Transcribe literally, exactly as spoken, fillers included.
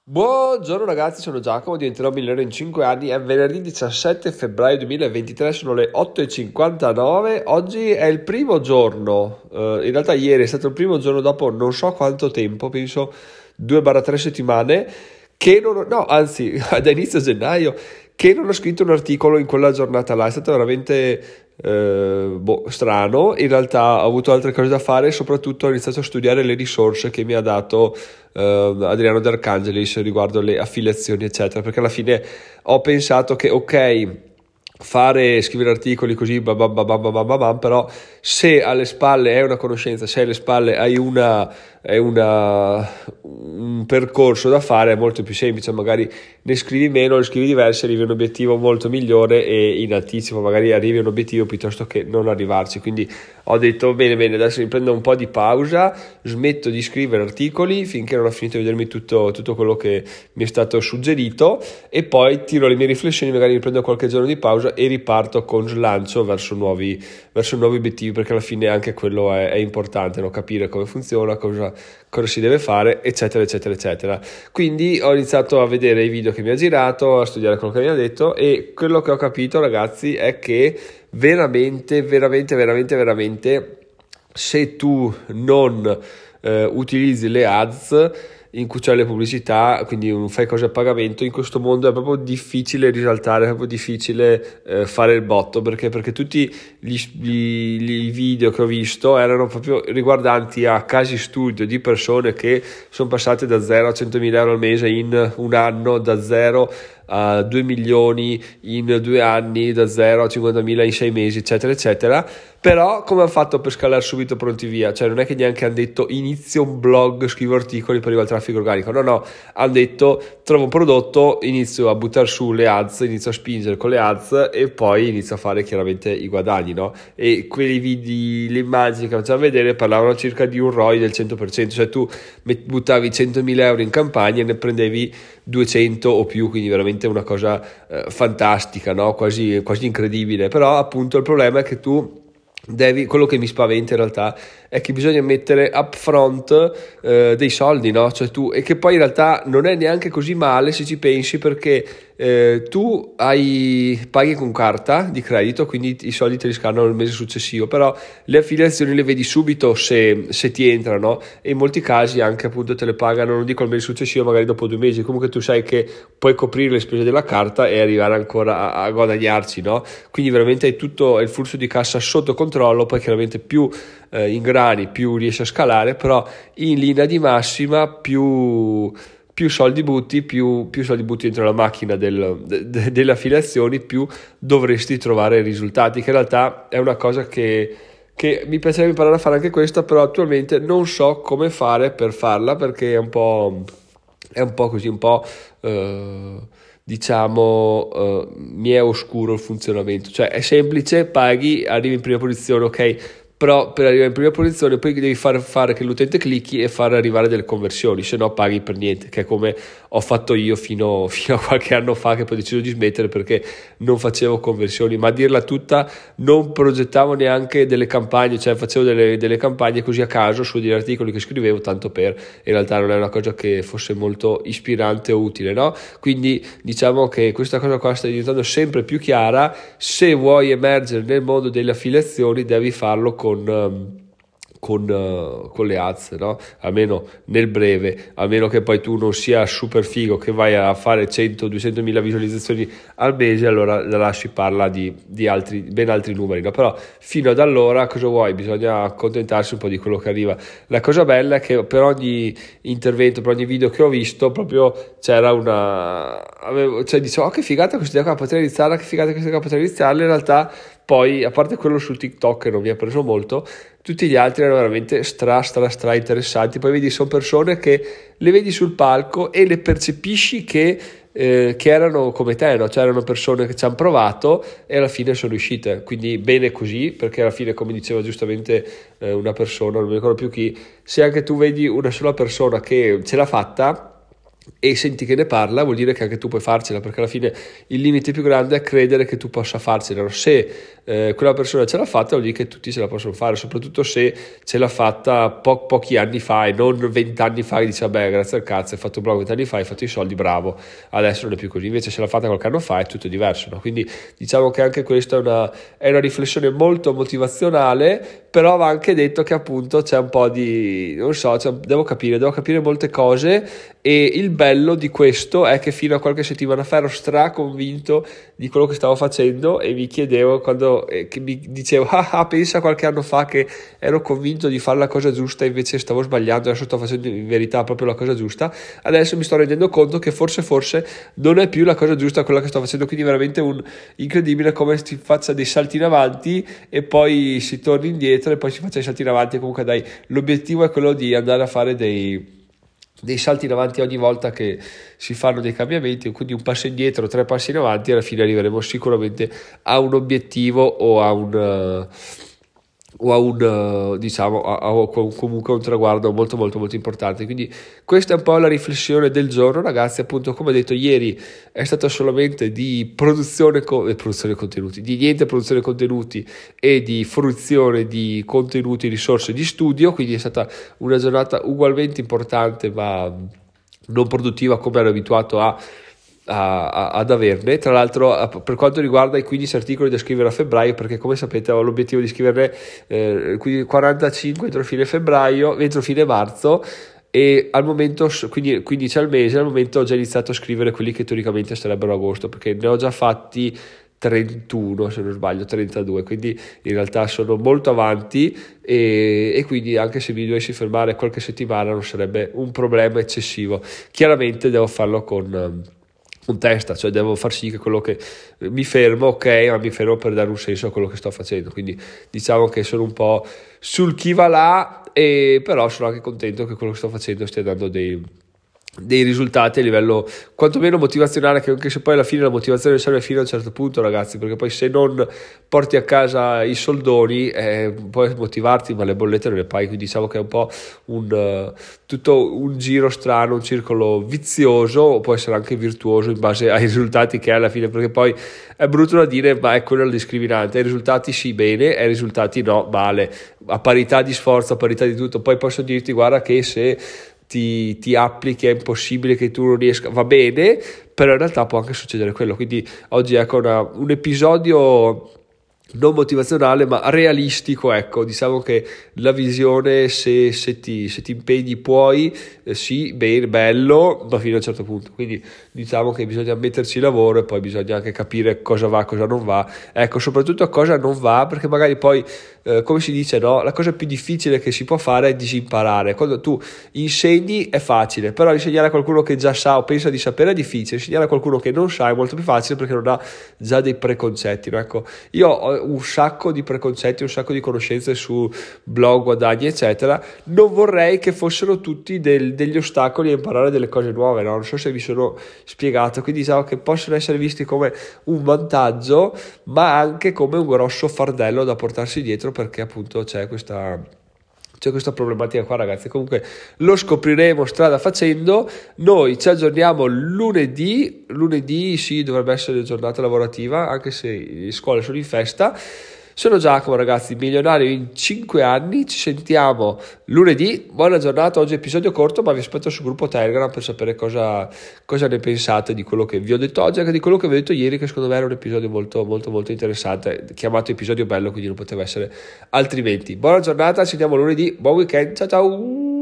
Buongiorno ragazzi, sono Giacomo, diventerò migliore in cinque anni, è venerdì diciassette febbraio duemilaventitré, sono le otto e cinquantanove, oggi è il primo giorno, uh, in realtà ieri è stato il primo giorno dopo non so quanto tempo, penso due tre settimane, che non ho, no, anzi, da inizio gennaio, che non ho scritto un articolo in quella giornata là, è stato veramente eh, boh, strano. In realtà ho avuto altre cose da fare e soprattutto ho iniziato a studiare le risorse che mi ha dato eh, Adriano De Arcangelis riguardo le affiliazioni eccetera, perché alla fine ho pensato che ok, fare, scrivere articoli così bam bam bam bam bam bam, però se alle spalle hai una conoscenza, se alle spalle hai una, hai una un percorso da fare, è molto più semplice, magari ne scrivi meno, ne scrivi diversi, arrivi a un obiettivo molto migliore e in anticipo magari arrivi a un obiettivo piuttosto che non arrivarci. Quindi ho detto bene bene, adesso mi prendo un po' di pausa, smetto di scrivere articoli finché non ho finito di vedermi tutto, tutto quello che mi è stato suggerito e poi tiro le mie riflessioni, magari mi prendo qualche giorno di pausa e riparto con slancio verso nuovi, verso nuovi obiettivi, perché alla fine anche quello è, è importante, no? Capire come funziona, cosa, cosa si deve fare eccetera eccetera eccetera. Quindi ho iniziato a vedere i video che mi ha girato, a studiare quello che mi ha detto e quello che ho capito ragazzi è che veramente veramente veramente veramente se tu non eh, utilizzi le ads, in cui c'è le pubblicità, quindi un fai cose a pagamento, in questo mondo è proprio difficile risaltare, è proprio difficile eh, fare il botto, perché perché tutti gli, gli, gli video che ho visto erano proprio riguardanti a casi studio di persone che sono passate da zero a centomila euro al mese in un anno, da zero a due milioni in due anni, da zero a cinquantamila in sei mesi eccetera eccetera. Però come hanno fatto per scalare subito pronti via? Cioè non è che neanche hanno detto inizio un blog, scrivo articoli per arrivare al traffico organico, no no, hanno detto trovo un prodotto, inizio a buttare su le ads, inizio a spingere con le ads e poi inizio a fare chiaramente i guadagni, no? E quelli video, le immagini che facciamo vedere parlavano circa di un R O I del cento per cento, cioè tu buttavi centomila euro in campagna e ne prendevi duecento o più, quindi veramente una cosa eh, fantastica, no? Quasi, quasi incredibile. Però appunto il problema è che tu devi, quello che mi spaventa in realtà è che bisogna mettere upfront eh, dei soldi, no? Cioè tu, e che poi in realtà non è neanche così male se ci pensi, perché eh, tu hai paghi con carta di credito, quindi i soldi te li scannano il mese successivo, però le affiliazioni le vedi subito se, se ti entrano e in molti casi anche appunto te le pagano, non dico il mese successivo, magari dopo due mesi. Comunque tu sai che puoi coprire le spese della carta e arrivare ancora a, a guadagnarci, no? Quindi veramente hai tutto il flusso di cassa sotto controllo. Poi chiaramente più eh, ingrani più riesci a scalare, però in linea di massima più più soldi butti, più, più soldi butti dentro la macchina del, de, de, delle affiliazioni, più dovresti trovare risultati, che in realtà è una cosa che, che mi piacerebbe imparare a fare anche questa, però attualmente non so come fare per farla, perché è un po', è un po' così, un po' eh, diciamo eh, mi è oscuro il funzionamento. Cioè è semplice, paghi, arrivi in prima posizione, ok, però per arrivare in prima posizione poi devi fare, fare che l'utente clicchi e fare arrivare delle conversioni, se no paghi per niente, che è come ho fatto io fino, fino a qualche anno fa, che poi ho deciso di smettere perché non facevo conversioni. Ma a dirla tutta, non progettavo neanche delle campagne, cioè facevo delle, delle campagne così a caso su degli articoli che scrivevo, tanto per, in realtà non è una cosa che fosse molto ispirante o utile, no? Quindi diciamo che questa cosa qua sta diventando sempre più chiara. Se vuoi emergere nel mondo delle affiliazioni devi farlo con Con, con, uh, con le ads, no? Almeno nel breve, a meno che poi tu non sia super figo che vai a fare cento duecento mila visualizzazioni al mese, allora la lasci, parla di, di altri, ben altri numeri, no? Però fino ad allora cosa vuoi? Bisogna accontentarsi un po' di quello che arriva. La cosa bella è che per ogni intervento, per ogni video che ho visto, proprio c'era una avevo, cioè dicevo, oh che figata questa idea qua, potrei iniziarla, che figata questa idea qua, potrei iniziarla. In realtà poi, a parte quello su TikTok che non mi ha preso molto, tutti gli altri erano veramente stra stra stra interessanti. Poi vedi, sono persone che le vedi sul palco e le percepisci che, eh, che erano come te, no? Cioè erano persone che ci hanno provato e alla fine sono riuscite, quindi bene così, perché alla fine, come diceva giustamente eh, una persona, non mi ricordo più chi, se anche tu vedi una sola persona che ce l'ha fatta, e senti che ne parla, vuol dire che anche tu puoi farcela, perché alla fine il limite più grande è credere che tu possa farcela. Se eh, quella persona ce l'ha fatta, vuol dire che tutti ce la possono fare, soprattutto se ce l'ha fatta po- pochi anni fa e non vent'anni fa che dice vabbè grazie al cazzo hai fatto blog vent'anni fa, hai fatto i soldi, bravo, adesso non è più così. Invece se l'ha fatta qualche anno fa è tutto diverso, no? Quindi diciamo che anche questa è una, è una riflessione molto motivazionale, però va anche detto che appunto c'è un po' di, non so, cioè, devo capire, devo capire molte cose, e il bello di questo è che fino a qualche settimana fa ero straconvinto di quello che stavo facendo e mi chiedevo, quando eh, che mi dicevo ah, ah pensa qualche anno fa che ero convinto di fare la cosa giusta, invece stavo sbagliando, adesso sto facendo in verità proprio la cosa giusta. Adesso mi sto rendendo conto che forse forse non è più la cosa giusta quella che sto facendo, quindi veramente un incredibile come si faccia dei salti in avanti e poi si torni indietro e poi si faccia i salti in avanti. Comunque dai, l'obiettivo è quello di andare a fare dei dei salti in avanti ogni volta che si fanno dei cambiamenti, quindi un passo indietro, tre passi in avanti, e alla fine arriveremo sicuramente a un obiettivo o a un uh, o a un uh, diciamo a, a comunque un traguardo molto molto molto importante. Quindi questa è un po' la riflessione del giorno, ragazzi. Appunto, come detto ieri, è stata solamente di produzione, co- eh, produzione contenuti, di niente produzione contenuti e di fruizione di contenuti, risorse di studio, quindi è stata una giornata ugualmente importante ma non produttiva come ero abituato a A, a, ad averne. Tra l'altro, a, per quanto riguarda i quindici articoli da scrivere a febbraio, perché come sapete ho l'obiettivo di scriverne eh, quarantacinque entro fine febbraio, entro fine marzo, e al momento, quindi quindici al mese, al momento ho già iniziato a scrivere quelli che teoricamente sarebbero agosto, perché ne ho già fatti trentuno se non sbaglio, trentadue, quindi in realtà sono molto avanti, e, e quindi anche se mi dovessi fermare qualche settimana non sarebbe un problema eccessivo. Chiaramente devo farlo con con testa, cioè devo far sì che quello che mi fermo, ok, ma mi fermo per dare un senso a quello che sto facendo. Quindi diciamo che sono un po' sul chi va là, e però sono anche contento che quello che sto facendo stia dando dei dei risultati a livello quantomeno motivazionale, che anche se poi alla fine la motivazione serve fino a un certo punto, ragazzi, perché poi se non porti a casa i soldoni eh, puoi motivarti ma le bollette non le paghi. Quindi diciamo che è un po' un uh, tutto un giro strano, un circolo vizioso, può essere anche virtuoso in base ai risultati che hai alla fine, perché poi è brutto da dire ma è quello il discriminante: ai risultati sì bene, ai risultati no male, a parità di sforzo, a parità di tutto. Poi posso dirti guarda che se Ti, ti applichi è impossibile che tu non riesca, va bene, però in realtà può anche succedere quello. Quindi oggi ecco una, un episodio non motivazionale ma realistico, ecco, diciamo che la visione, se, se, ti, se ti impegni puoi, eh, sì, bene, bello, ma fino a un certo punto. Quindi diciamo che bisogna metterci lavoro e poi bisogna anche capire cosa va, cosa non va, ecco, soprattutto cosa non va, perché magari poi eh, come si dice, no? La cosa più difficile che si può fare è disimparare. Quando tu insegni è facile, però insegnare a qualcuno che già sa o pensa di sapere è difficile. Insegnare a qualcuno che non sa è molto più facile, perché non ha già dei preconcetti, no? Ecco, io ho un sacco di preconcetti, un sacco di conoscenze su blog, guadagni eccetera, non vorrei che fossero tutti del, degli ostacoli a imparare delle cose nuove, no? Non so se vi sono spiegato. Quindi diciamo che possono essere visti come un vantaggio ma anche come un grosso fardello da portarsi dietro, perché appunto c'è questa c'è questa problematica qua, ragazzi. Comunque lo scopriremo strada facendo. Noi ci aggiorniamo lunedì. Lunedì sì, dovrebbe essere giornata lavorativa, anche se le scuole sono in festa. Sono Giacomo, ragazzi, milionario in cinque anni. Ci sentiamo lunedì. Buona giornata. Oggi episodio corto, ma vi aspetto sul gruppo Telegram per sapere cosa, cosa ne pensate di quello che vi ho detto oggi, anche di quello che vi ho detto ieri, che secondo me era un episodio molto molto molto interessante, chiamato episodio bello, quindi non poteva essere altrimenti. Buona giornata, ci vediamo lunedì. Buon weekend. Ciao ciao.